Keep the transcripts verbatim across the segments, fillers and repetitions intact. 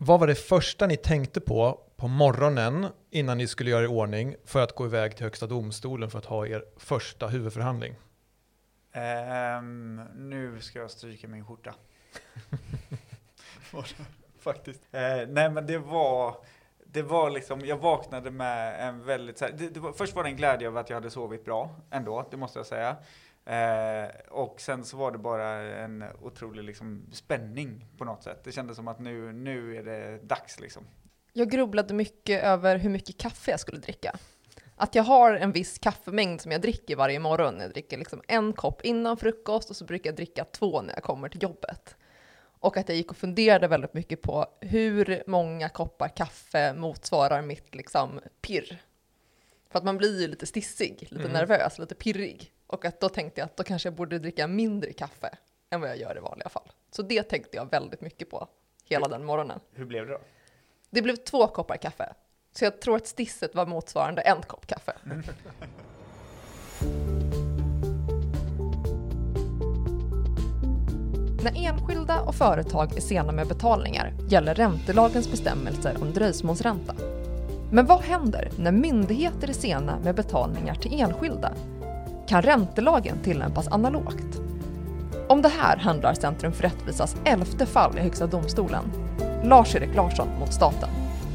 Vad var det första ni tänkte på på morgonen innan ni skulle göra i ordning för att gå iväg till Högsta domstolen för att ha er första huvudförhandling? Um, nu ska jag stryka min skjorta. Faktiskt. Uh, nej men det var, det var liksom, jag vaknade med en väldigt, så här, det, det var, först var det en glädje över att jag hade sovit bra ändå, det måste jag säga. Uh, och sen så var det bara en otrolig liksom, spänning på något sätt. Det kändes som att nu, nu är det dags liksom. Jag grubblade mycket över hur mycket kaffe jag skulle dricka. Att jag har en viss kaffemängd som jag dricker varje morgon. Jag dricker liksom en kopp innan frukost och så brukar jag dricka två när jag kommer till jobbet. Och att jag gick och funderade väldigt mycket på hur många koppar kaffe motsvarar mitt liksom pirr. För att man blir ju lite stissig, lite mm. nervös, lite pirrig. Och att då tänkte jag att då kanske jag borde dricka mindre kaffe än vad jag gör i vanliga fall. Så det tänkte jag väldigt mycket på hela den morgonen. Hur blev det då? Det blev två koppar kaffe. Så jag tror att stisset var motsvarande en kopp kaffe. Mm. När enskilda och företag är sena med betalningar gäller räntelagens bestämmelser om dröjsmålsränta. Men vad händer när myndigheter är sena med betalningar till enskilda? Kan räntelagen tillämpas analogt? Om det här handlar Centrum för rättvisas elfte fall i Högsta domstolen. Lars-Erik Larsson mot staten.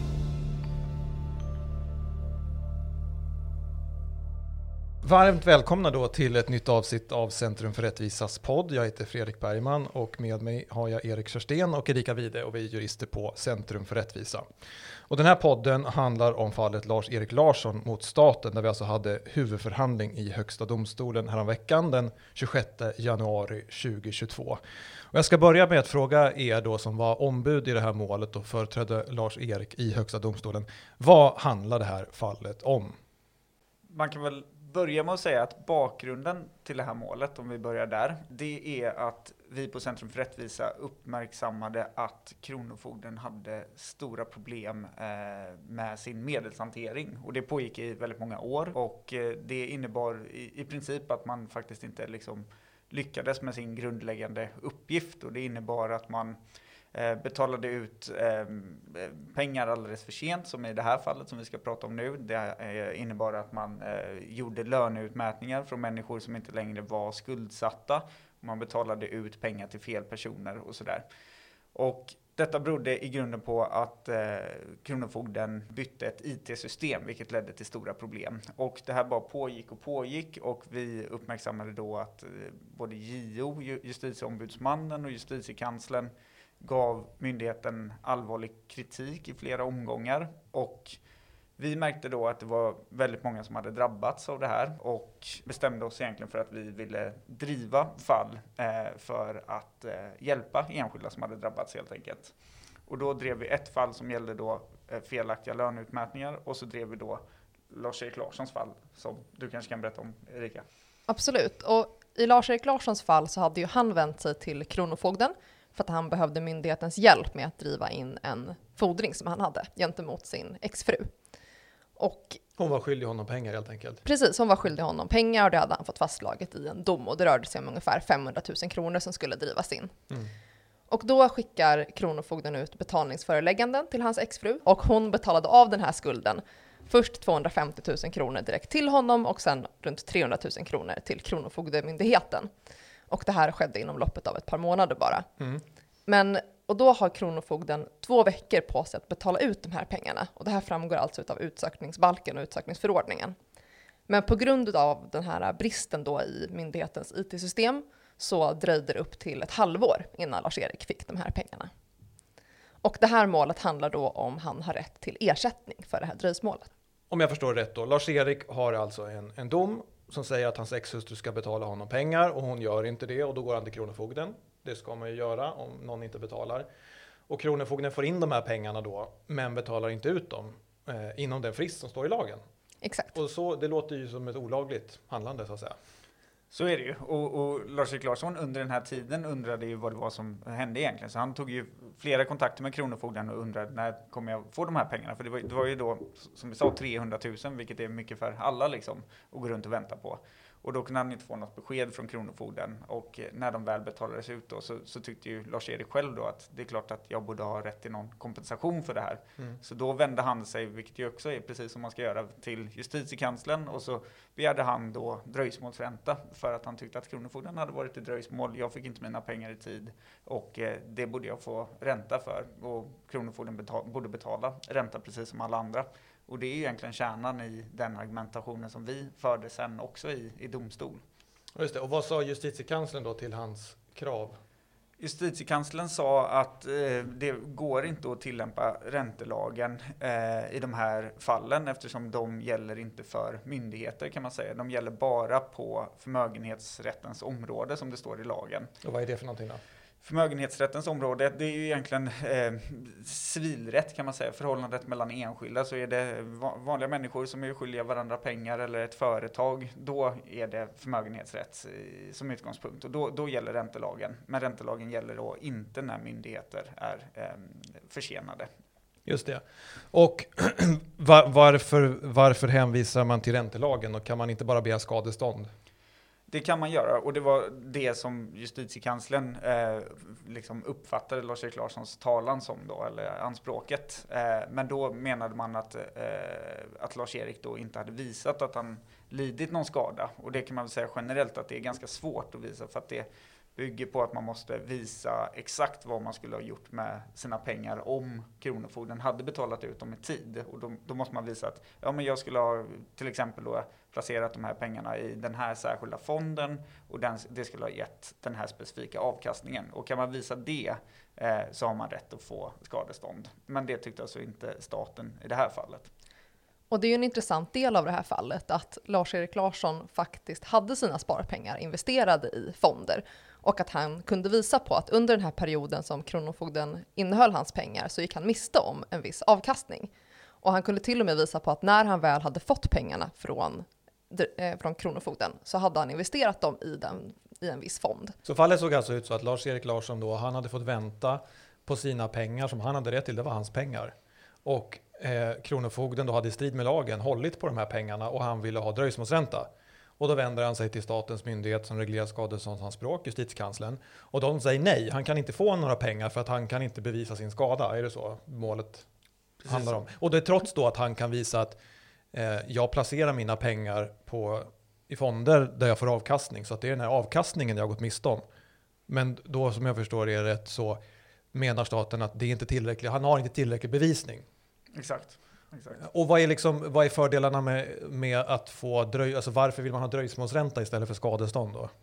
Varmt välkomna då till ett nytt avsnitt av Centrum för rättvisas podd. Jag heter Fredrik Bergman och med mig har jag Erik Körsten och Erika Wide och vi är jurister på Centrum för rättvisa. Och den här podden handlar om fallet Lars-Erik Larsson mot staten där vi alltså hade huvudförhandling i Högsta domstolen häromveckan den tjugosjätte januari tjugohundratjugotvå. Och jag ska börja med att fråga er då som var ombud i det här målet och företrädde Lars-Erik i Högsta domstolen. Vad handlar det här fallet om? Man kan väl börja med att säga att bakgrunden till det här målet, om vi börjar där, det är att vi på Centrum för rättvisa uppmärksammade att Kronofogden hade stora problem eh, med sin medelshantering. Och det pågick i väldigt många år och eh, det innebar i, i princip att man faktiskt inte liksom lyckades med sin grundläggande uppgift. Och det innebar att man eh, betalade ut eh, pengar alldeles för sent, som i det här fallet som vi ska prata om nu. Det eh, innebar att man eh, gjorde löneutmätningar från människor som inte längre var skuldsatta. Man betalade ut pengar till fel personer och sådär. Och detta berodde i grunden på att eh, Kronofogden bytte ett I T-system, vilket ledde till stora problem. Och det här bara pågick och pågick och vi uppmärksammade då att eh, både J O, justitieombudsmannen och justitiekanslern gav myndigheten allvarlig kritik i flera omgångar. Och vi märkte då att det var väldigt många som hade drabbats av det här och bestämde oss egentligen för att vi ville driva fall eh, för att eh, hjälpa enskilda som hade drabbats helt enkelt. Och då drev vi ett fall som gällde då eh, felaktiga löneutmätningar och så drev vi då Lars-Erik Larssons fall som du kanske kan berätta om, Erika. Absolut, och i Lars-Erik Larssons fall så hade ju han vänt sig till Kronofogden för att han behövde myndighetens hjälp med att driva in en fordring som han hade gentemot sin exfru. Och hon var skyldig honom pengar helt enkelt. Precis, hon var skyldig honom pengar och det hade han fått fastslaget i en dom och det rörde sig om ungefär femhundratusen kronor som skulle drivas in. Mm. Och då skickar Kronofogden ut betalningsförelägganden till hans exfru och hon betalade av den här skulden. Först tvåhundrafemtio tusen kronor direkt till honom och sen runt trehundratusen kronor till Kronofogdemyndigheten. Och det här skedde inom loppet av ett par månader bara. Mm. Men Och då har Kronofogden två veckor på sig att betala ut de här pengarna. Och det här framgår alltså av utsökningsbalken och utsökningsförordningen. Men på grund av den här bristen då i myndighetens I T-system så dröjde det upp till ett halvår innan Lars-Erik fick de här pengarna. Och det här målet handlar då om han har rätt till ersättning för det här dröjsmålet. Om jag förstår rätt då, Lars-Erik har alltså en, en dom som säger att hans exhustru ska betala honom pengar och hon gör inte det och då går han till Kronofogden. Det ska man ju göra om någon inte betalar. Och Kronofogden får in de här pengarna då, men betalar inte ut dem eh, inom den frist som står i lagen. Exakt. Och så, det låter ju som ett olagligt handlande så att säga. Så är det ju. Och, och Lars-Erik Larsson under den här tiden undrade ju vad det var som hände egentligen. Så han tog ju flera kontakter med Kronofogden och undrade när kommer jag få de här pengarna. För det var, det var ju då, som vi sa, trehundratusen, vilket är mycket för alla liksom att gå runt och vänta på. Och då kunde han inte få något besked från Kronofogden. Och när de väl betalades ut då, så, så tyckte ju Lars-Erik själv då att det är klart att jag borde ha rätt till någon kompensation för det här. Mm. Så då vände han sig, vilket ju också är precis som man ska göra, till justitiekanslern. Och så begärde han då dröjsmålsränta för att han tyckte att Kronofogden hade varit i dröjsmål. Jag fick inte mina pengar i tid och eh, det borde jag få ränta för. Och Kronofogden betal- borde betala ränta precis som alla andra. Och det är ju egentligen kärnan i den argumentationen som vi förde sen också i, i domstol. Just det. Och vad sa justitiekanslern då till hans krav? Justitiekanslern sa att eh, det går inte att tillämpa räntelagen eh, i de här fallen eftersom de gäller inte för myndigheter kan man säga. De gäller bara på förmögenhetsrättens område som det står i lagen. Och vad är det för någonting då? Förmögenhetsrättens område, det är ju egentligen eh, civilrätt kan man säga. Förhållandet mellan enskilda, så är det vanliga människor som är skyldiga varandra pengar eller ett företag, då är det förmögenhetsrätt eh, som utgångspunkt. Och då, då gäller räntelagen. Men räntelagen gäller då inte när myndigheter är eh, försenade. Just det. Och var, varför, varför hänvisar man till räntelagen och kan man inte bara begära skadestånd? Det kan man göra och det var det som justitiekanslern eh, liksom uppfattade Lars-Erik Larssons talan som då, eller anspråket. Eh, men då menade man att, eh, att Lars-Erik då inte hade visat att han lidit någon skada. Och det kan man väl säga generellt att det är ganska svårt att visa för att det bygger på att man måste visa exakt vad man skulle ha gjort med sina pengar om Kronofogden hade betalat ut dem i tid. Och då, då måste man visa att ja, men jag skulle ha till exempel då placerat de här pengarna i den här särskilda fonden och den, det skulle ha gett den här specifika avkastningen. Och kan man visa det eh, så har man rätt att få skadestånd. Men det tyckte alltså inte staten i det här fallet. Och det är ju en intressant del av det här fallet att Lars-Erik Larsson faktiskt hade sina sparpengar investerade i fonder och att han kunde visa på att under den här perioden som Kronofogden innehöll hans pengar så gick han miste om en viss avkastning. Och han kunde till och med visa på att när han väl hade fått pengarna från, eh, från Kronofogden så hade han investerat dem i, den, i en viss fond. Så fallet såg alltså ut så att Lars-Erik Larsson då, han hade fått vänta på sina pengar som han hade rätt till, det var hans pengar. Och eh, Kronofogden då hade i strid med lagen hållit på de här pengarna och han ville ha dröjsmålsränta. Och då vänder han sig till statens myndighet som reglerar skadeståndsanspråk, justitiekanslern. Och de säger nej, han kan inte få några pengar för att han kan inte bevisa sin skada. Är det så målet Precis handlar om? Och det är trots då att han kan visa att eh, jag placerar mina pengar på, i fonder där jag får avkastning. Så att det är den här avkastningen jag har gått miste om. Men då som jag förstår är det rätt så menar staten att det är inte tillräckligt, han har inte tillräcklig bevisning. Exakt. Exakt. Och vad är, liksom, vad är fördelarna med, med att få dröj, alltså varför vill man ha dröjsmålsränta istället för skadestånd då?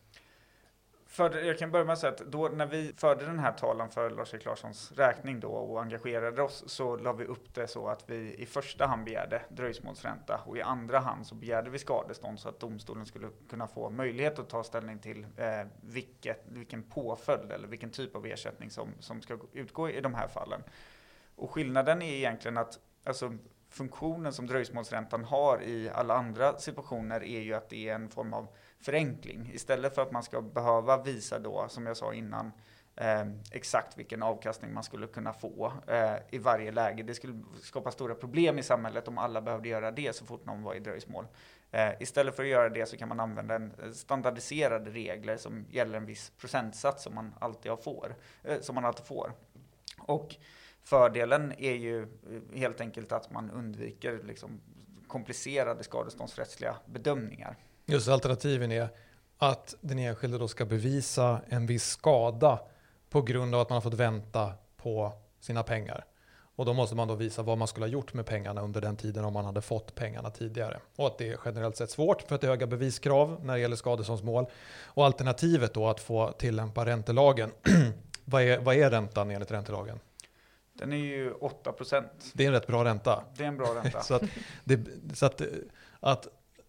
För, jag kan börja med att säga att då när vi förde den här talan för Lars-Erik Larssons räkning då och engagerade oss så la vi upp det så att vi i första hand begärde dröjsmålsränta och i andra hand så begärde vi skadestånd så att domstolen skulle kunna få möjlighet att ta ställning till eh, vilket, vilken påföljd eller vilken typ av ersättning som, som ska utgå i de här fallen. Och skillnaden är egentligen att alltså, funktionen som dröjsmålsräntan har i alla andra situationer är ju att det är en form av förenkling. Istället för att man ska behöva visa då, som jag sa innan, eh, exakt vilken avkastning man skulle kunna få eh, i varje läge. Det skulle skapa stora problem i samhället om alla behövde göra det så fort någon var i dröjsmål. Eh, istället för att göra det så kan man använda en standardiserade regler som gäller en viss procentsats som man alltid får. Eh, som man alltid får. Och fördelen är ju helt enkelt att man undviker liksom komplicerade skadeståndsrättsliga bedömningar. Just alternativen är att den enskilde då ska bevisa en viss skada på grund av att man har fått vänta på sina pengar. Och då måste man då visa vad man skulle ha gjort med pengarna under den tiden om man hade fått pengarna tidigare. Och att det är generellt sett svårt för att det är höga beviskrav när det gäller skadeståndsmål. Och alternativet då att få tillämpa räntelagen. vad, är, vad är räntan enligt räntelagen? Den är ju åtta procent. Det är en rätt bra ränta. Det är en bra ränta. så att, det, så att, att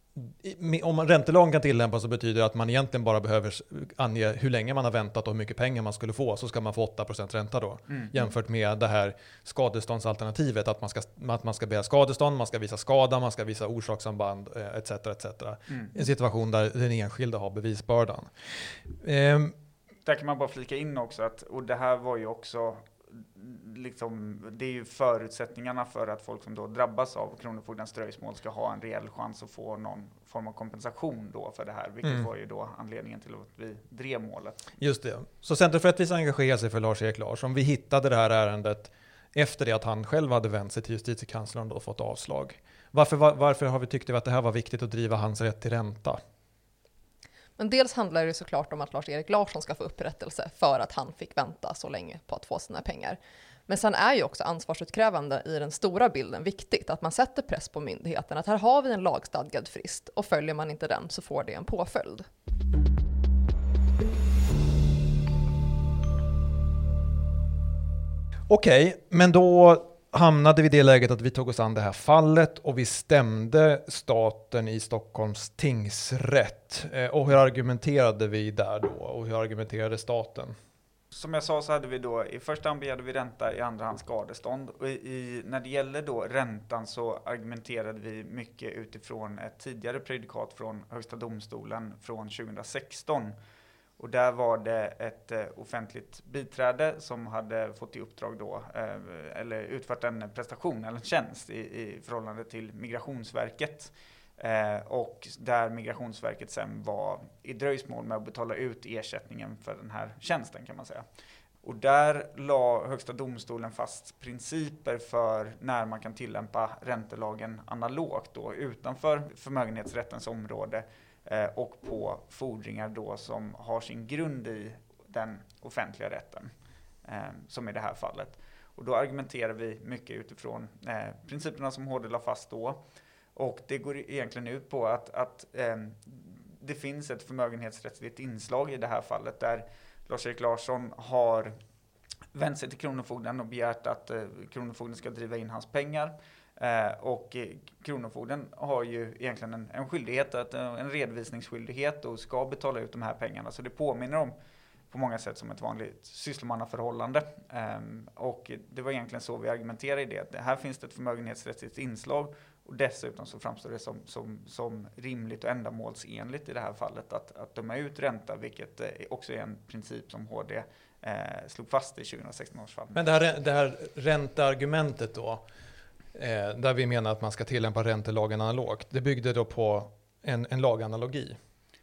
om man räntelagen kan tillämpas så betyder det att man egentligen bara behöver ange hur länge man har väntat och hur mycket pengar man skulle få, så ska man få åtta procent ränta då. Mm. Jämfört med det här skadeståndsalternativet att man ska, att man ska begära skadestånd, man ska visa skada, man ska visa orsakssamband et cetera et cetera. Mm. En situation där den enskilde har bevisbördan. Ehm. Där kan man bara flika in också att, och det här var ju också liksom, det är ju förutsättningarna för att folk som då drabbas av Kronofogdens dröjsmål ska ha en reell chans att få någon form av kompensation då för det här, vilket mm. var ju då anledningen till att vi drev målet. Just det. Så Centrum för rättvisa engagerar sig för Lars-Erik Larsson. Vi hittade det här ärendet efter det att han själv hade vänt sig till justitiekanslern och fått avslag. Varför, var, varför har vi tyckt att det här var viktigt att driva hans rätt till ränta? Men dels handlar det såklart om att Lars-Erik Larsson ska få upprättelse för att han fick vänta så länge på att få sina pengar. Men sen är ju också ansvarsutkrävande i den stora bilden viktigt, att man sätter press på myndigheten, att här har vi en lagstadgad frist och följer man inte den så får det en påföljd. Okej, men då hamnade vi i det läget att vi tog oss an det här fallet och vi stämde staten i Stockholms tingsrätt. Och hur argumenterade vi där då och hur argumenterade staten? Som jag sa så hade vi då, i första hand begärde vi ränta, i andra hand skadestånd. Och i, när det gäller då räntan så argumenterade vi mycket utifrån ett tidigare prejudikat från Högsta domstolen från tjugohundrasexton. Och där var det ett eh, offentligt biträde som hade fått i uppdrag då, eh, eller utfört en prestation eller en tjänst i, i förhållande till Migrationsverket. Eh, och där Migrationsverket sen var i dröjsmål med att betala ut ersättningen för den här tjänsten kan man säga. Och där la Högsta domstolen fast principer för när man kan tillämpa räntelagen analogt då, utanför förmögenhetsrättens område. Och på fordringar då som har sin grund i den offentliga rätten, eh, som i det här fallet. Och då argumenterar vi mycket utifrån eh, principerna som H D la fast då. Och det går egentligen ut på att, att eh, det finns ett förmögenhetsrättsligt inslag i det här fallet där Lars-Erik Larsson har vänt sig till Kronofogden och begärt att eh, Kronofogden ska driva in hans pengar. Eh, och eh, Kronofogden har ju egentligen en, en skyldighet, att, en redovisningsskyldighet och ska betala ut de här pengarna. Så det påminner om på många sätt som ett vanligt sysslomannaförhållande. Eh, och det var egentligen så vi argumenterade i det. Här finns det ett förmögenhetsrättsligt inslag och dessutom så framstår det som, som, som rimligt och ändamålsenligt i det här fallet att, att döma ut ränta, vilket eh, också är en princip som H D eh, slog fast i tjugohundrasexton års fall. Men det här, det här ränteargumentet då, Eh, där vi menar att man ska tillämpa räntelagen analogt. Det byggde då på en, en laganalogi.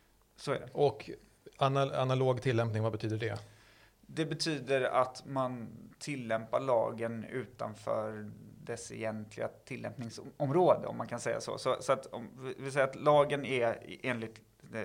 Så är det. Och anal- analog tillämpning, vad betyder det? Det betyder att man tillämpar lagen utanför dess egentliga tillämpningsområde, om man kan säga så. Så, så att om vi säger att lagen är enligt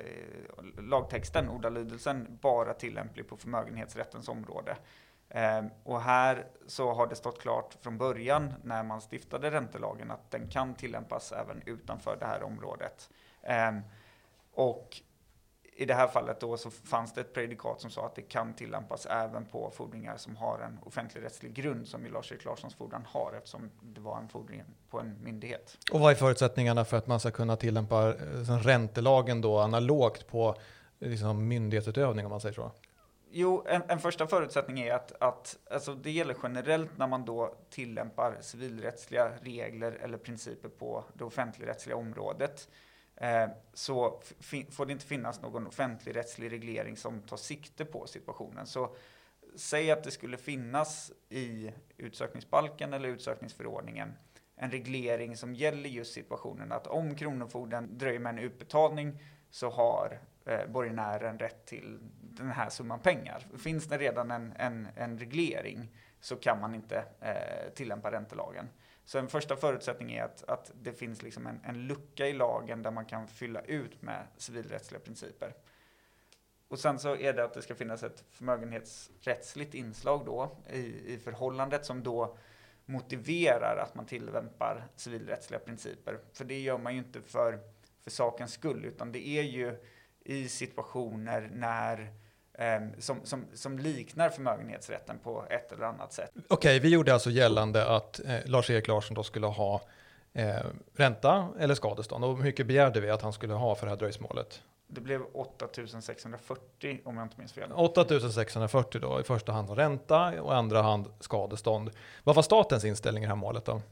eh, lagtexten, ordalydelsen, bara tillämplig på förmögenhetsrättens område. Eh, och här så har det stått klart från början när man stiftade räntelagen att den kan tillämpas även utanför det här området. Eh, och i det här fallet då så fanns det ett prejudikat som sa att det kan tillämpas även på fordringar som har en offentligrättslig grund, som Lars-Erik Larssons fordran har, eftersom det var en fordring på en myndighet. Och vad är förutsättningarna för att man ska kunna tillämpa eh, räntelagen då analogt på liksom, myndighetsutövning, om man säger så? Jo, en, en första förutsättning är att, att alltså det gäller generellt när man då tillämpar civilrättsliga regler eller principer på det offentligrättsliga området. Eh, så f- får det inte finnas någon offentligrättslig reglering som tar sikte på situationen. Så säg att det skulle finnas i utsökningsbalken eller utsökningsförordningen en reglering som gäller just situationen att om Kronofogden dröjer med en utbetalning så har eh, borgenären rätt till den här summan pengar. Finns det redan en, en, en reglering så kan man inte eh, tillämpa räntelagen. Så en första förutsättning är att, att det finns liksom en, en lucka i lagen där man kan fylla ut med civilrättsliga principer. Och sen så är det att det ska finnas ett förmögenhetsrättsligt inslag då i, i förhållandet som då motiverar att man tillämpar civilrättsliga principer. För det gör man ju inte för, för sakens skull, utan det är ju i situationer när eh, som, som, som liknar förmögenhetsrätten på ett eller annat sätt. Okej, okay, vi gjorde alltså gällande att eh, Lars-Erik Larsson då skulle ha eh, ränta eller skadestånd. Och hur mycket begärde vi att han skulle ha för det här dröjsmålet? Det blev åtta tusen sexhundrafyrtio om jag inte minns fel. åtta tusen sexhundrafyrtio då, i första hand ränta och i andra hand skadestånd. Vad var statens inställning i det här målet då?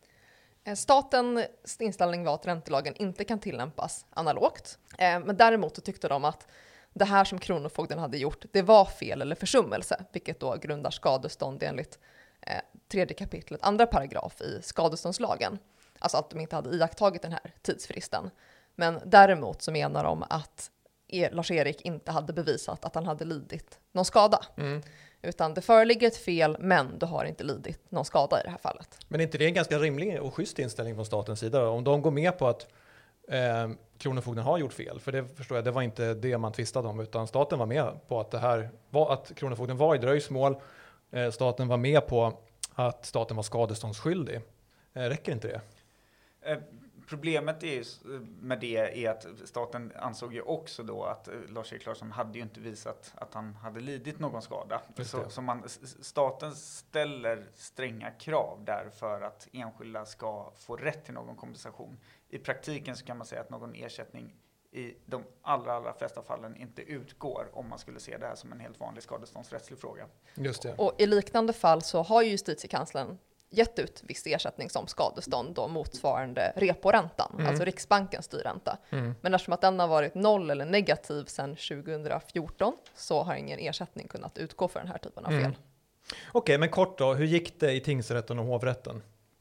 Statens inställning var att räntelagen inte kan tillämpas analogt. Men däremot tyckte de att det här som kronofogden hade gjort, det var fel eller försummelse, vilket då grundar skadestånd enligt eh, tredje kapitlet, andra paragraf i skadeståndslagen. Alltså att de inte hade iakttagit den här tidsfristen. Men däremot så menar de att e- Lars-Erik inte hade bevisat att han hade lidit någon skada. Mm. Utan det föreligger ett fel, men du har inte lidit någon skada i det här fallet. Men är inte det en ganska rimlig och schysst inställning från statens sida då? Om de går med på att eh, kronofogden har gjort fel, för det förstår jag, det var inte det man tvistade om, utan staten var med på att det här var att kronofogden var i dröjsmål. Eh, staten var med på att staten var skadeståndsskyldig. Eh, räcker inte det? Eh, problemet är ju med det är att staten ansåg ju också då att Lars-Erik Larsson hade ju inte visat att han hade lidit någon skada. Så, så man, staten ställer stränga krav där för att enskilda ska få rätt till någon kompensation. I praktiken så kan man säga att någon ersättning i de allra, allra flesta fallen inte utgår om man skulle se det här som en helt vanlig skadeståndsrättslig fråga. Just det. Och i liknande fall så har ju justitiekanslern gett ut viss ersättning som skadestånd då motsvarande reporäntan, mm. alltså Riksbankens styrränta. Mm. Men eftersom att den har varit noll eller negativ sedan tjugohundrafjorton så har ingen ersättning kunnat utgå för den här typen av fel. Mm. Okej, okay, men kort då, hur gick det i tingsrätten och hovrätten?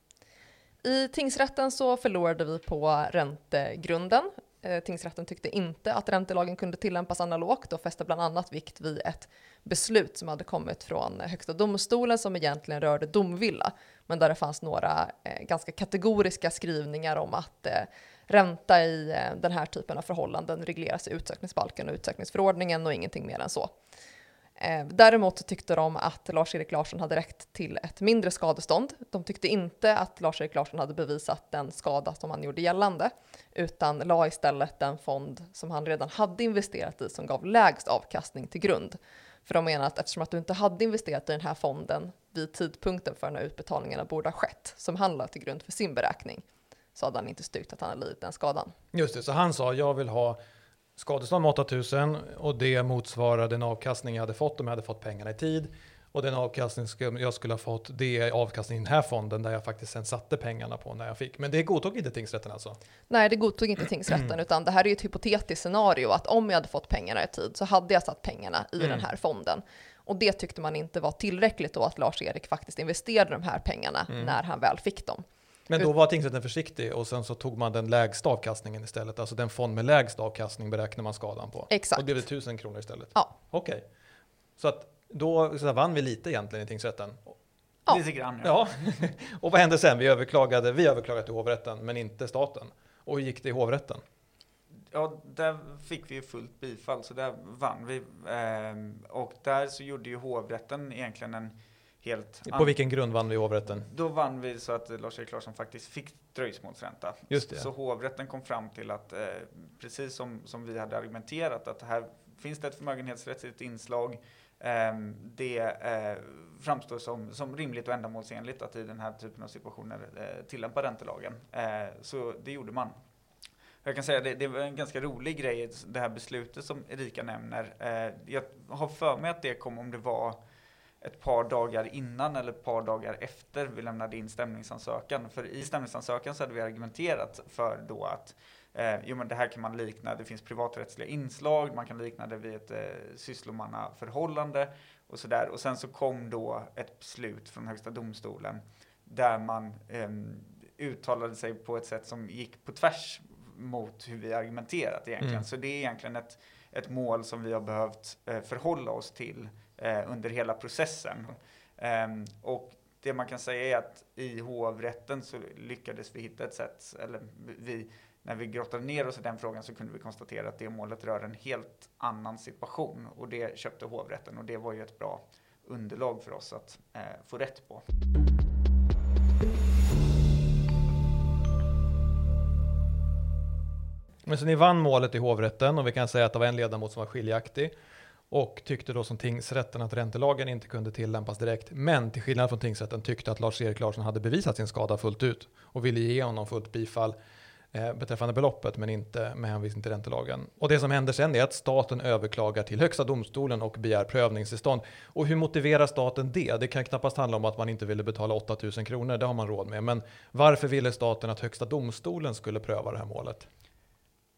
I tingsrätten så förlorade vi på räntegrunden. Tingsrätten tyckte inte att räntelagen kunde tillämpas analogt och fäste bland annat vikt vid ett beslut som hade kommit från Högsta domstolen som egentligen rörde domvilla, men där det fanns några eh, ganska kategoriska skrivningar om att eh, ränta i eh, den här typen av förhållanden regleras i utsökningsbalken och utsökningsförordningen och ingenting mer än så. Eh, däremot så tyckte de att Lars-Erik Larsson hade rätt till ett mindre skadestånd. De tyckte inte att Lars-Erik Larsson hade bevisat den skada som han gjorde gällande, utan la istället den fond som han redan hade investerat i som gav lägst avkastning till grund. För de menar att eftersom att du inte hade investerat i den här fonden vid tidpunkten för när utbetalningarna borde ha skett, som han la till grund för sin beräkning, så hade han inte styrkt att han hade lidit den skadan. Just det, så han sa jag vill ha skadestånd med åtta tusen och det motsvarar den avkastning jag hade fått om jag hade fått pengarna i tid. Och den avkastning jag skulle ha fått, det är avkastningen i den här fonden där jag faktiskt sen satte pengarna på när jag fick. Men det godtog inte tingsrätten alltså? Nej, det godtog inte tingsrätten, utan det här är ju ett hypotetiskt scenario att om jag hade fått pengarna i tid så hade jag satt pengarna i mm. den här fonden. Och det tyckte man inte var tillräckligt då att Lars-Erik faktiskt investerade de här pengarna mm. när han väl fick dem. Men då var tingsrätten försiktig och sen så tog man den lägsta avkastningen istället. Alltså den fond med lägst avkastning beräknar man skadan på. Exakt. Och det blev tusen kronor istället? Ja. Okej. Okay. Så att då så vann vi lite egentligen i tingsrätten? Ja. Lite grann, ja. ja. Och vad hände sen? Vi överklagade, vi överklagade till hovrätten, men inte staten. Och hur gick det i hovrätten? Ja, där fick vi ju fullt bifall, så där vann vi. Ehm, och där så gjorde ju hovrätten egentligen en helt... På vilken grund vann vi i hovrätten? Då vann vi så att Lars-Erik Larsson faktiskt fick dröjsmålsränta. Just det. Så hovrätten kom fram till att, eh, precis som, som vi hade argumenterat, att här finns det ett förmögenhetsrättsligt inslag. Eh, det eh, framstår som, som rimligt och ändamålsenligt att i den här typen av situationer eh, tillämpa räntelagen. Eh, så det gjorde man. Jag kan säga att det, det var en ganska rolig grej, det här beslutet som Erika nämner. Eh, jag har för mig att det kom om det var ett par dagar innan eller ett par dagar efter vi lämnade in stämningsansökan. För i stämningsansökan så hade vi argumenterat för då att eh, jo, men det här kan man likna, det finns privaträttsliga inslag, man kan likna det vid ett eh, sysslomannaförhållande och sådär. Och sen så kom då ett beslut från Högsta domstolen där man eh, uttalade sig på ett sätt som gick på tvärs mot hur vi argumenterat egentligen. Mm. Så det är egentligen ett, ett mål som vi har behövt eh, förhålla oss till eh, under hela processen. Eh, och det man kan säga är att i hovrätten så lyckades vi hitta ett sätt, eller vi, när vi grottade ner oss i den frågan så kunde vi konstatera att det målet rör en helt annan situation, och det köpte hovrätten, och det var ju ett bra underlag för oss att eh, få rätt på. Men så ni vann målet i hovrätten, och vi kan säga att det var en ledamot som var skiljaktig och tyckte då som tingsrätten att räntelagen inte kunde tillämpas direkt. Men till skillnad från tingsrätten tyckte att Lars-Erik Larsson hade bevisat sin skada fullt ut och ville ge honom fullt bifall eh, beträffande beloppet, men inte med hänvisning till räntelagen. Och det som händer sen är att staten överklagar till Högsta domstolen och begär prövningstillstånd. Och hur motiverar staten det? Det kan knappast handla om att man inte ville betala åtta tusen kronor, det har man råd med. Men varför ville staten att Högsta domstolen skulle pröva det här målet?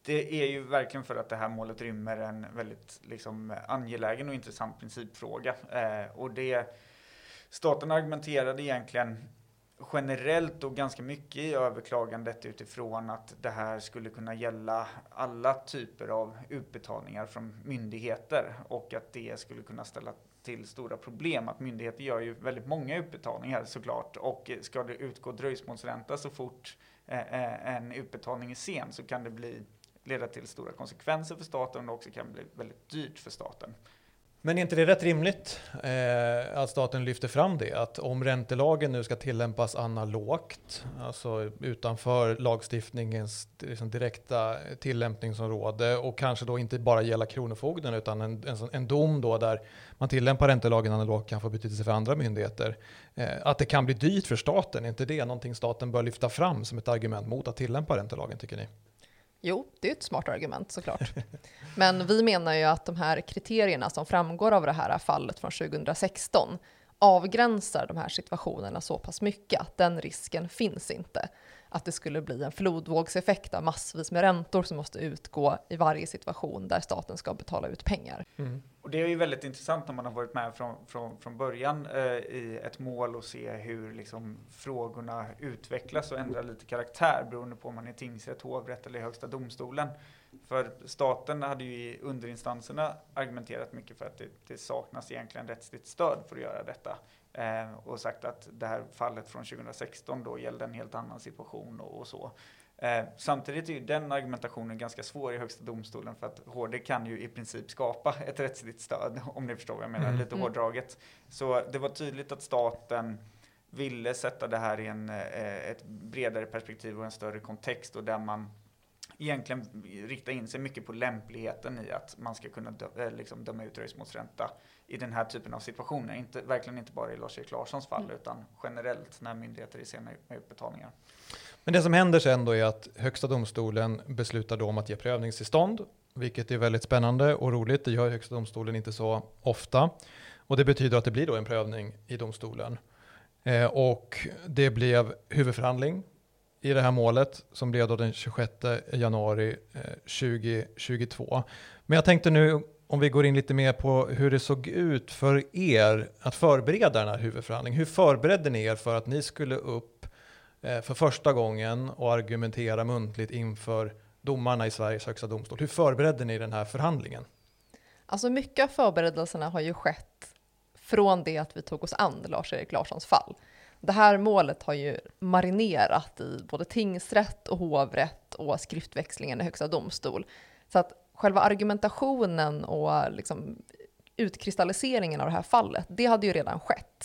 Det är ju verkligen för att det här målet rymmer en väldigt liksom, angelägen och intressant principfråga. Eh, och det, staten argumenterade egentligen generellt och ganska mycket i överklagandet utifrån att det här skulle kunna gälla alla typer av utbetalningar från myndigheter och att det skulle kunna ställa till stora problem. Att myndigheter gör ju väldigt många utbetalningar såklart, och ska det utgå dröjsmålsränta så fort eh, en utbetalning är sen så kan det bli, leda till stora konsekvenser för staten och också kan bli väldigt dyrt för staten. Men är inte det rätt rimligt eh, att staten lyfter fram det? Att om räntelagen nu ska tillämpas analogt, alltså utanför lagstiftningens liksom, direkta tillämpningsområde och kanske då inte bara gälla kronofogden utan en, en, en dom då där man tillämpar räntelagen analogt kan få betydelse för andra myndigheter. Eh, att det kan bli dyrt för staten, är inte det någonting staten bör lyfta fram som ett argument mot att tillämpa räntelagen, tycker ni? Jo, det är ett smart argument såklart. Men vi menar ju att de här kriterierna som framgår av det här fallet från tjugohundrasexton avgränsar de här situationerna så pass mycket att den risken finns inte. Att det skulle bli en flodvågseffekt av massvis med räntor som måste utgå i varje situation där staten ska betala ut pengar. Mm. Och det är ju väldigt intressant när man har varit med från, från, från början eh, i ett mål och se hur liksom, frågorna utvecklas och ändrar lite karaktär beroende på om man är tingsrätt, hovrätt eller i högsta domstolen. För staten hade ju i underinstanserna argumenterat mycket för att det, det saknas egentligen rättsligt stöd för att göra detta. Eh, och sagt att det här fallet från tjugohundrasexton då gällde en helt annan situation och, och så. Eh, samtidigt är ju den argumentationen ganska svår i högsta domstolen för att H D kan ju i princip skapa ett rättsligt stöd, om ni förstår vad jag menar, mm. lite hårdraget. Så det var tydligt att staten ville sätta det här i en, eh, ett bredare perspektiv och en större kontext och där man egentligen rikta in sig mycket på lämpligheten i att man ska kunna dö, liksom döma ut dröjsmålsränta i den här typen av situationer. Inte, verkligen inte bara i Lars-Erik Larssons fall mm. utan generellt när myndigheter är sena med utbetalningar. Men det som händer sen då är att högsta domstolen beslutar då om att ge prövningstillstånd, vilket är väldigt spännande och roligt. Det gör högsta domstolen inte så ofta. Och det betyder att det blir då en prövning i domstolen. Eh, och det blev huvudförhandling i det här målet som blev då den tjugosjätte januari tjugohundratjugotvå. Men jag tänkte nu om vi går in lite mer på hur det såg ut för er att förbereda den här huvudförhandlingen. Hur förberedde ni er för att ni skulle upp för första gången och argumentera muntligt inför domarna i Sveriges högsta domstol? Hur förberedde ni den här förhandlingen? Alltså mycket av förberedelserna har ju skett från det att vi tog oss an Lars-Erik Larssons fall. Det här målet har ju marinerat i både tingsrätt och hovrätt och skriftväxlingen i högsta domstol. Så att själva argumentationen och liksom utkristalliseringen av det här fallet, det hade ju redan skett.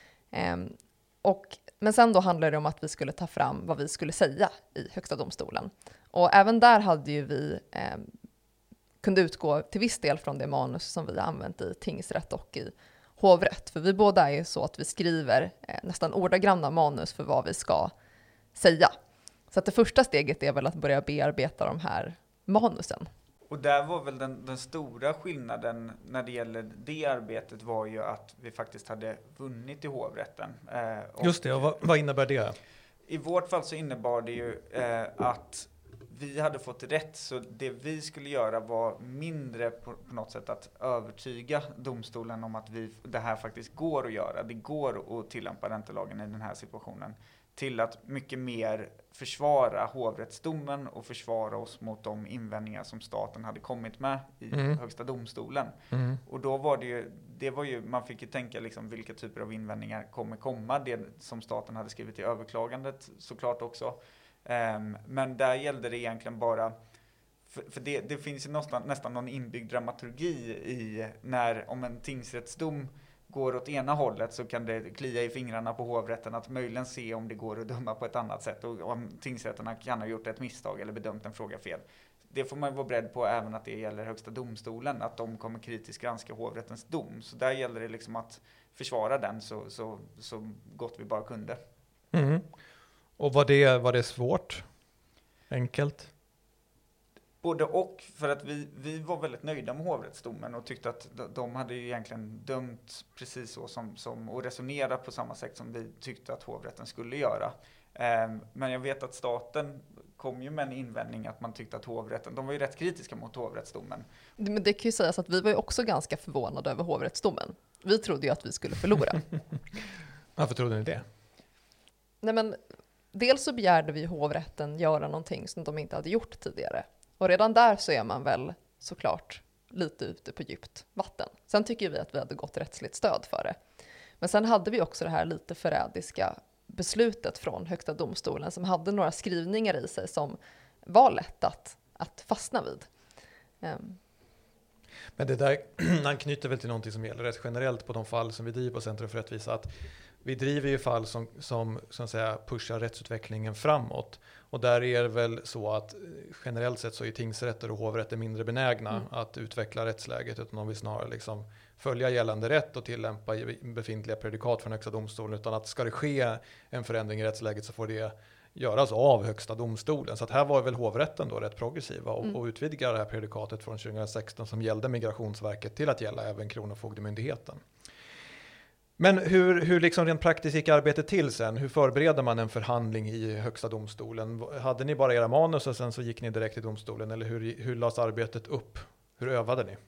Ehm, och, men sen då handlade det om att vi skulle ta fram vad vi skulle säga i högsta domstolen. Och även där hade ju vi eh, kunde utgå till viss del från det manus som vi har använt i tingsrätt och i hovrätt. För vi båda är ju så att vi skriver eh, nästan ordagranna manus för vad vi ska säga. Så att det första steget är väl att börja bearbeta de här manusen. Och där var väl den, den stora skillnaden när det gäller det arbetet var ju att vi faktiskt hade vunnit i hovrätten. Eh, Just det, och vad, vad innebär det? I vårt fall så innebar det ju eh, att vi hade fått rätt, så det vi skulle göra var mindre på, på något sätt att övertyga domstolen om att vi, det här faktiskt går att göra. Det går att tillämpa räntelagen i den här situationen. Till att mycket mer försvara hovrättsdomen och försvara oss mot de invändningar som staten hade kommit med i mm. högsta domstolen. Mm. Och då var det ju, det var ju, man fick ju tänka liksom vilka typer av invändningar kommer komma. Det som staten hade skrivit i överklagandet såklart också. Um, men där gällde det egentligen bara, för, för det, det finns ju nästan, nästan någon inbyggd dramaturgi i när om en tingsrättsdom går åt ena hållet så kan det klia i fingrarna på hovrätten att möjligen se om det går att döma på ett annat sätt och om tingsrätterna kan ha gjort ett misstag eller bedömt en fråga fel. Det får man vara beredd på även att det gäller högsta domstolen, att de kommer kritiskt granska hovrättens dom. Så där gäller det liksom att försvara den så, så, så gott vi bara kunde. Mm. Och var det, var det svårt? Enkelt? Både och, för att vi, vi var väldigt nöjda med hovrättsdomen och tyckte att de hade ju egentligen dömt precis så som, som och resonerat på samma sätt som vi tyckte att hovrätten skulle göra. Eh, men jag vet att staten kom ju med en invändning att man tyckte att hovrätten, de var ju rätt kritiska mot hovrättsdomen. Men det kan ju sägas att vi var ju också ganska förvånade över hovrättsdomen. Vi trodde ju att vi skulle förlora. Varför trodde ni det? Nej, men dels så begärde vi hovrätten göra någonting som de inte hade gjort tidigare. Och redan där så är man väl såklart lite ute på djupt vatten. Sen tycker vi att vi hade gått rättsligt stöd för det. Men sen hade vi också det här lite förrädiska beslutet från Högsta domstolen som hade några skrivningar i sig som var lätt att, att fastna vid. Um. Men det där anknyter väl till någonting som gäller rätt generellt på de fall som vi driver på Centrum för rättvisa, att vi driver ju fall som, som, som säga, pushar rättsutvecklingen framåt. Och där är det väl så att generellt sett så är tingsrätter och hovrätter mindre benägna mm. att utveckla rättsläget, utan de vill snarare liksom följa gällande rätt och tillämpa befintliga predikat från Högsta domstolen. Utan att ska det ske en förändring i rättsläget så får det göras av Högsta domstolen. Så att här var väl hovrätten då rätt progressiva och, mm. och utvidga det här predikatet från tjugohundrasexton som gällde Migrationsverket till att gälla även Kronofogdemyndigheten. Men hur, hur liksom rent praktiskt gick arbetet till sen? Hur förbereder man en förhandling i Högsta domstolen? Hade ni bara era manus och sen så gick ni direkt till domstolen? Eller hur, hur lades arbetet upp? Hur övade ni?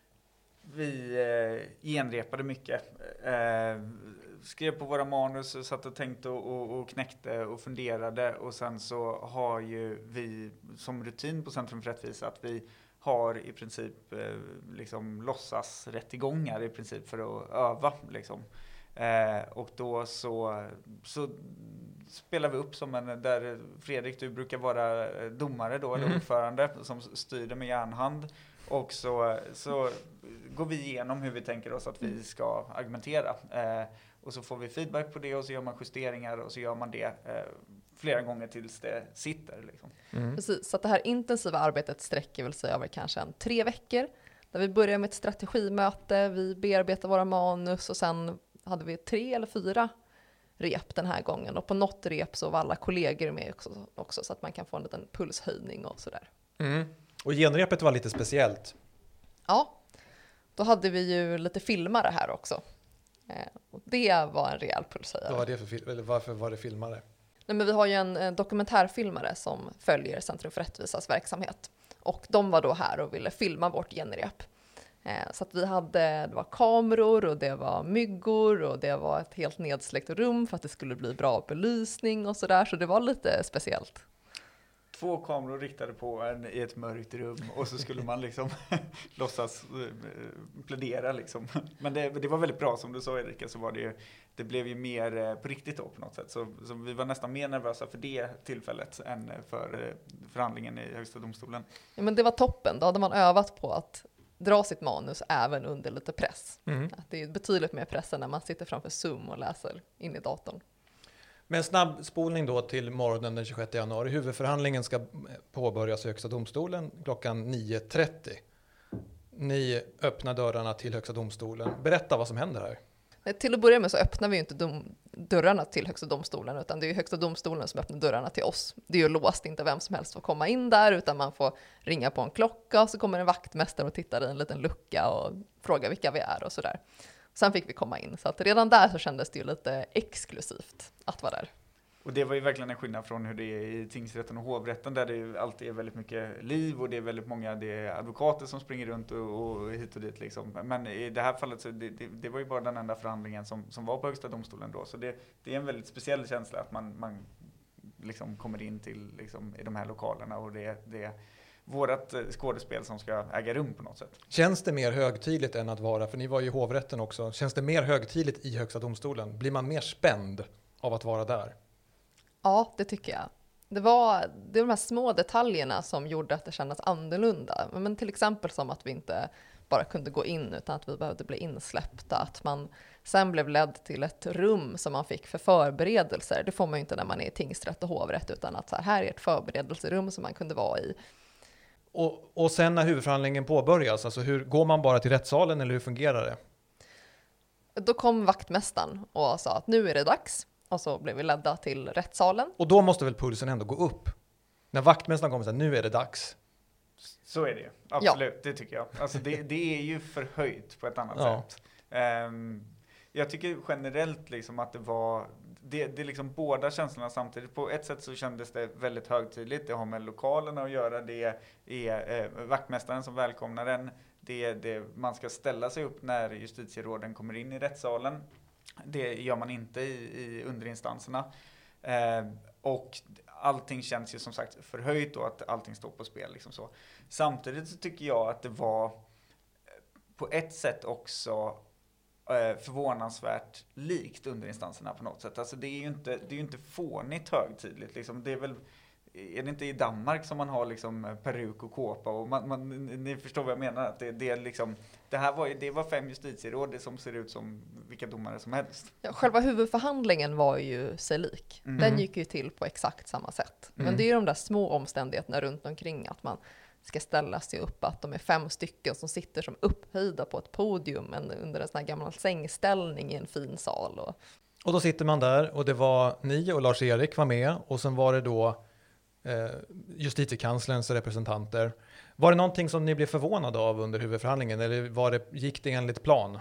Vi eh, genrepade mycket. Eh, skrev på våra manus, satt och tänkte och, och, och knäckte och funderade. Och sen så har ju vi som rutin på Centrum för rättvisa att vi har i princip eh, liksom låtsas rättegångar i princip för att öva liksom. Eh, och då så, så spelar vi upp som en, där Fredrik, du brukar vara domare då, eller mm. ordförande som styr det med järnhand. Och så, så går vi igenom hur vi tänker oss att vi ska argumentera. Eh, och så får vi feedback på det och så gör man justeringar och så gör man det eh, flera gånger tills det sitter. Liksom. Mm. Precis, så att det här intensiva arbetet sträcker väl sig över kanske en tre veckor. Där vi börjar med ett strategimöte, vi bearbetar våra manus och sen hade vi tre eller fyra rep den här gången. Och på något rep så var alla kollegor med också, också så att man kan få en liten pulshöjning och sådär. Mm. Och genrepet var lite speciellt. Ja, då hade vi ju lite filmare här också. Eh, och det var en rejäl pulshöjare. Vad var det för, eller varför var det filmare? Nej, men vi har ju en, en dokumentärfilmare som följer Centrum för rättvisas verksamhet. Och de var då här och ville filma vårt genrep. Eh, så att vi hade, det var kameror och det var myggor och det var ett helt nedsläckt rum för att det skulle bli bra belysning och sådär. Så det var lite speciellt. Två kameror riktade på en i ett mörkt rum och så skulle man liksom låtsas plädera liksom. Men det, det var väldigt bra som du sa, Erika, så var det ju, det blev ju mer på riktigt då på något sätt. Så, så vi var nästan mer nervösa för det tillfället än för förhandlingen i Högsta domstolen. Ja, men det var toppen. Då hade man övat på att dra sitt manus även under lite press. Mm. Att det är betydligt mer press än när man sitter framför Zoom och läser in i datorn. Men snabbspolning då till morgonen den tjugosjätte januari. Huvudförhandlingen ska påbörjas i Högsta domstolen klockan nio trettio. Ni öppnar dörrarna till Högsta domstolen. Berätta vad som händer här. Till att börja med så öppnar vi ju inte dom- dörrarna till Högsta domstolen, utan det är ju Högsta domstolen som öppnar dörrarna till oss. Det är ju låst, inte vem som helst får komma in där, utan man får ringa på en klocka och så kommer en vaktmästare och tittar i en liten lucka och frågar vilka vi är och sådär. Sen fick vi komma in, så att redan där så kändes det ju lite exklusivt att vara där. Och det var ju verkligen en skillnad från hur det är i tingsrätten och hovrätten, där det ju alltid är väldigt mycket liv och det är väldigt många det är advokater som springer runt och, och hit och dit liksom. Men i det här fallet så det, det, det var ju bara den enda förhandlingen som, som var på Högsta domstolen då, så det, det är en väldigt speciell känsla att man, man liksom kommer in till liksom, i de här lokalerna och det, det vårat skådespel som ska äga rum på något sätt. Känns det mer högtidligt än att vara, för ni var ju i hovrätten också, känns det mer högtidligt i Högsta domstolen? Blir man mer spänd av att vara där? Ja, det tycker jag. Det var, det var de här små detaljerna som gjorde att det kändes annorlunda. Men till exempel som att vi inte bara kunde gå in utan att vi behövde bli insläppta. Att man sen blev ledd till ett rum som man fick för förberedelser. Det får man ju inte när man är i tingsrätt och hovrätt, utan att så här, här är ett förberedelserum som man kunde vara i. Och, och sen när huvudförhandlingen påbörjas, alltså hur går man bara till rättssalen eller hur fungerar det? Då kom vaktmästaren och sa att nu är det dags. Och så blev vi ledda till rättssalen. Och då måste väl pulsen ändå gå upp? När vaktmästaren kommer och säger nu är det dags. Så är det ju. Absolut, ja. Det tycker jag. Alltså det, det är ju förhöjt på ett annat ja. sätt. Um, jag tycker generellt liksom att det var, det, det är liksom båda känslorna samtidigt. På ett sätt så kändes det väldigt högtidligt. Det har med lokalerna att göra. Det är eh, vaktmästaren som välkomnar en. Det är det man ska ställa sig upp när justitieråden kommer in i rättssalen. Det gör man inte i, i underinstanserna. Eh, och allting känns ju som sagt förhöjt och att allting står på spel. Liksom så. Samtidigt så tycker jag att det var på ett sätt också eh, förvånansvärt likt underinstanserna på något sätt. Alltså det är ju inte, det är ju inte fånigt högtidligt. Liksom. Det är väl, är det inte i Danmark som man har liksom peruk och kåpa? Och man, man, ni förstår vad jag menar. Att det, det, är liksom, det här var, det var fem justitieråd det som ser ut som vilka domare som helst. Ja, själva huvudförhandlingen var ju sig lik. Mm. Den gick ju till på exakt samma sätt. Mm. Men det är ju de där små omständigheterna runt omkring att man ska ställa sig upp, att de är fem stycken som sitter som upphöjda på ett podium en, under en sån här gammal sängställning i en fin sal. Och... och då sitter man där och det var ni och Lars-Erik var med och sen var det då eh, justitiekanslerns representanter. Var det någonting som ni blev förvånade av under huvudförhandlingen eller var det, gick det enligt plan?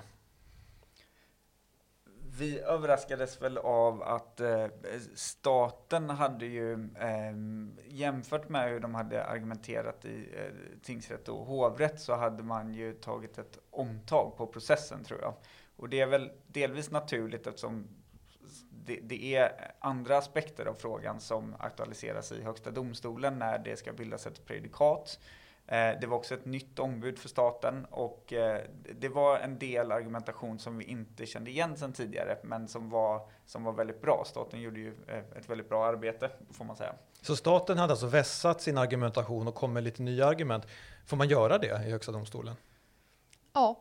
Vi överraskades väl av att eh, staten hade ju eh, jämfört med hur de hade argumenterat i eh, tingsrätt och hovrätt så hade man ju tagit ett omtag på processen tror jag. Och det är väl delvis naturligt eftersom det, det är andra aspekter av frågan som aktualiseras i Högsta domstolen när det ska bildas ett prejudikat. Det var också ett nytt ombud för staten och det var en del argumentation som vi inte kände igen sedan tidigare men som var, som var väldigt bra. Staten gjorde ju ett väldigt bra arbete får man säga. Så staten hade alltså vässat sin argumentation och kom med lite nya argument. Får man göra det i Högsta domstolen? Ja.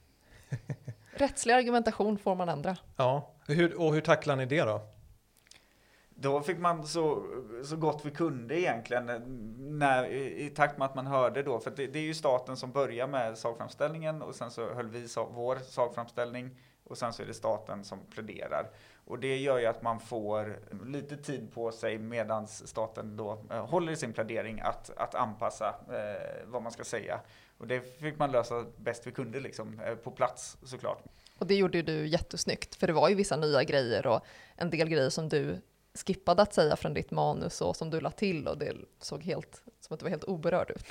Rättslig argumentation får man ändra. Ja, hur, och hur tacklar ni det då? Då fick man så, så gott vi kunde egentligen när, i, i takt med att man hörde då. För det, det är ju staten som börjar med sakframställningen och sen så höll vi sa, vår sakframställning och sen så är det staten som pläderar. Och det gör ju att man får lite tid på sig medan staten då eh, håller i sin plädering att, att anpassa eh, vad man ska säga. Och det fick man lösa bäst vi kunde liksom, eh, på plats såklart. Och det gjorde du jättesnyggt för det var ju vissa nya grejer och en del grejer som du skippade att säga från ditt manus och som du la till och det såg helt som att det var helt oberörd ut.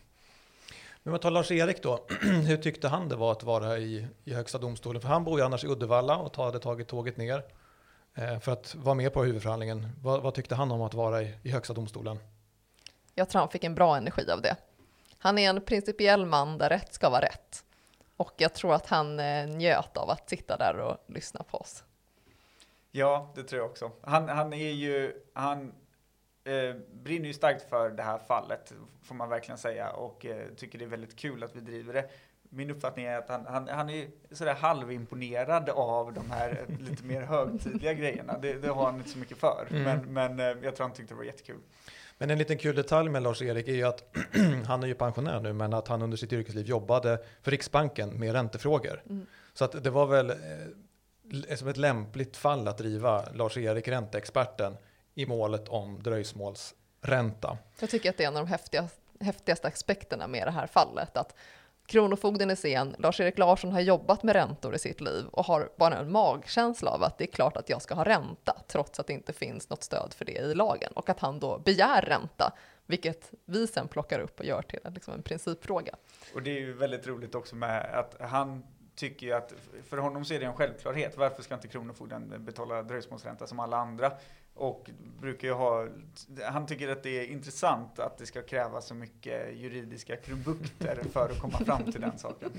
Men vad tar Lars-Erik då? Hur tyckte han det var att vara i, i Högsta domstolen? För han bor ju annars i Uddevalla och hade tagit tåget ner eh, för att vara med på huvudförhandlingen. Vad, vad tyckte han om att vara i, i Högsta domstolen? Jag tror han fick en bra energi av det. Han är en principiell man där rätt ska vara rätt. Och jag tror att han eh, njöt av att sitta där och lyssna på oss. Ja, det tror jag också. Han, han är ju, han eh, brinner ju starkt för det här fallet, får man verkligen säga, och eh, tycker det är väldigt kul att vi driver det. Min uppfattning är att han, han, han är sådär halvimponerad av de här lite mer högtidliga grejerna. Det, det har han inte så mycket för, mm. men, men eh, jag tror han tyckte det var jättekul. Men en liten kul detalj med Lars-Erik är ju att han är ju pensionär nu, men att han under sitt yrkesliv jobbade för Riksbanken med räntefrågor. Mm. Så att det var väl eh, som ett lämpligt fall att driva Lars-Erik, ränteexperten, i målet om dröjsmålsränta. Jag tycker att det är en av de häftigaste, häftigaste aspekterna med det här fallet. Att Kronofogden är sen, Lars-Erik Larsson har jobbat med räntor i sitt liv och har bara en magkänsla av att det är klart att jag ska ha ränta trots att det inte finns något stöd för det i lagen. Och att han då begär ränta, vilket vi sen plockar upp och gör till liksom en principfråga. Och det är ju väldigt roligt också med att han tycker ju att för honom så är det en självklarhet. Varför ska inte Kronofogden betala dröjsmålsränta som alla andra? Och brukar ju ha, han tycker att det är intressant att det ska kräva så mycket juridiska krumbukter för att komma fram till den saken.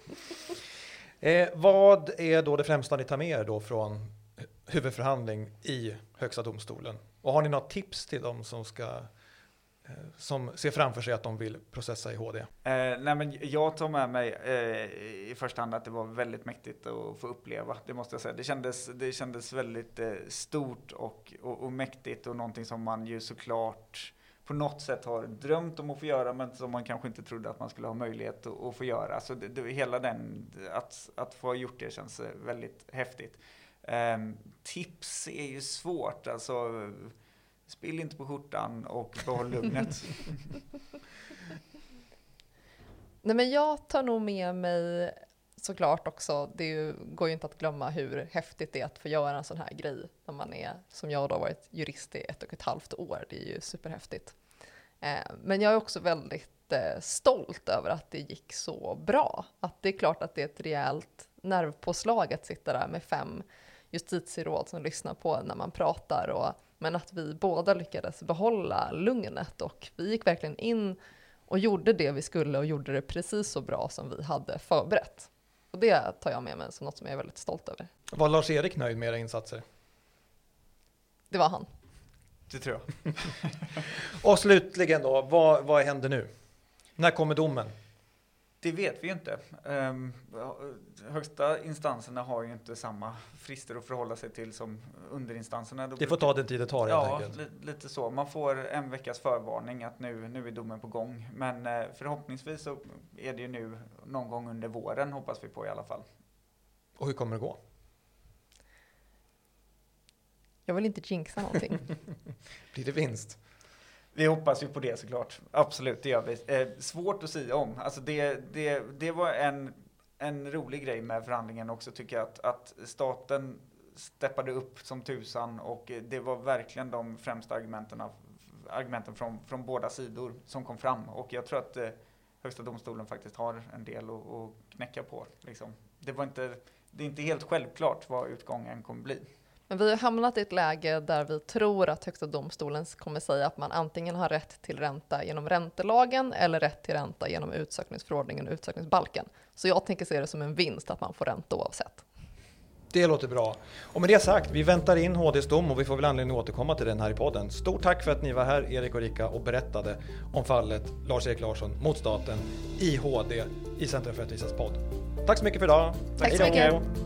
Eh, vad är då det främsta ni tar med er då från huvudförhandling i Högsta domstolen? Och har ni några tips till dem som ska eh, som ser framför sig att de vill processa i H D? Eh, nej men jag tar med mig eh, i första hand att det var väldigt mäktigt att få uppleva, det måste jag säga. Det kändes, det kändes väldigt eh, stort och, och, och mäktigt och någonting som man ju såklart på något sätt har drömt om att få göra men som man kanske inte trodde att man skulle ha möjlighet att, att få göra. Så det, det, hela den, att, att få ha gjort det känns väldigt häftigt. Eh, tips är ju svårt, alltså spill inte på skjortan och behåll lugnet. Nej, men jag tar nog med mig såklart också, det är ju, går ju inte att glömma hur häftigt det är att få göra en sån här grej när man är, som jag då, har varit jurist i ett och ett halvt år. Det är ju superhäftigt. Eh, men jag är också väldigt eh, stolt över att det gick så bra. Att det är klart att det är ett rejält nervpåslag att sitta där med fem justitieråd som lyssnar på när man pratar. Och, men att vi båda lyckades behålla lugnet, och vi gick verkligen in och gjorde det vi skulle och gjorde det precis så bra som vi hade förberett. Och det tar jag med mig som något som jag är väldigt stolt över. Var Lars-Erik nöjd med era insatser? Det var han. Det tror jag. Och slutligen då, vad, vad händer nu? När kommer domen? Det vet vi ju inte. Um, högsta instanserna har ju inte samma frister att förhålla sig till som underinstanserna. Det får ta den tid det tar helt ja, enkelt. Li- lite så. Man får en veckas förvarning att nu, nu är domen på gång. Men eh, förhoppningsvis så är det ju nu någon gång under våren, hoppas vi på i alla fall. Och hur kommer det gå? Jag vill inte jinxa någonting. Blir det vinst? Vi hoppas ju på det såklart. Absolut, det gör vi. Eh, svårt att säga om. Alltså det, det, det var en, en rolig grej med förhandlingen också, tycker jag. Att, att staten steppade upp som tusan, och det var verkligen de främsta argumenten, argumenten från, från båda sidor som kom fram. Och jag tror att eh, Högsta domstolen faktiskt har en del att, att knäcka på. Liksom. Det, var inte, det är inte helt självklart vad utgången kommer bli. Men vi har hamnat i ett läge där vi tror att Högsta domstolen kommer säga att man antingen har rätt till ränta genom räntelagen eller rätt till ränta genom utsökningsförordningen och utsökningsbalken. Så jag tänker se det som en vinst att man får ränta oavsett. Det låter bra. Och med det sagt, vi väntar in H D:s dom och vi får väl anledning att återkomma till den här i podden. Stort tack för att ni var här, Erik och Rika, och berättade om fallet Lars-Erik Larsson mot staten i H D i Centrum för rättvisas podd. Tack så mycket för idag. Tack så Hej då. mycket.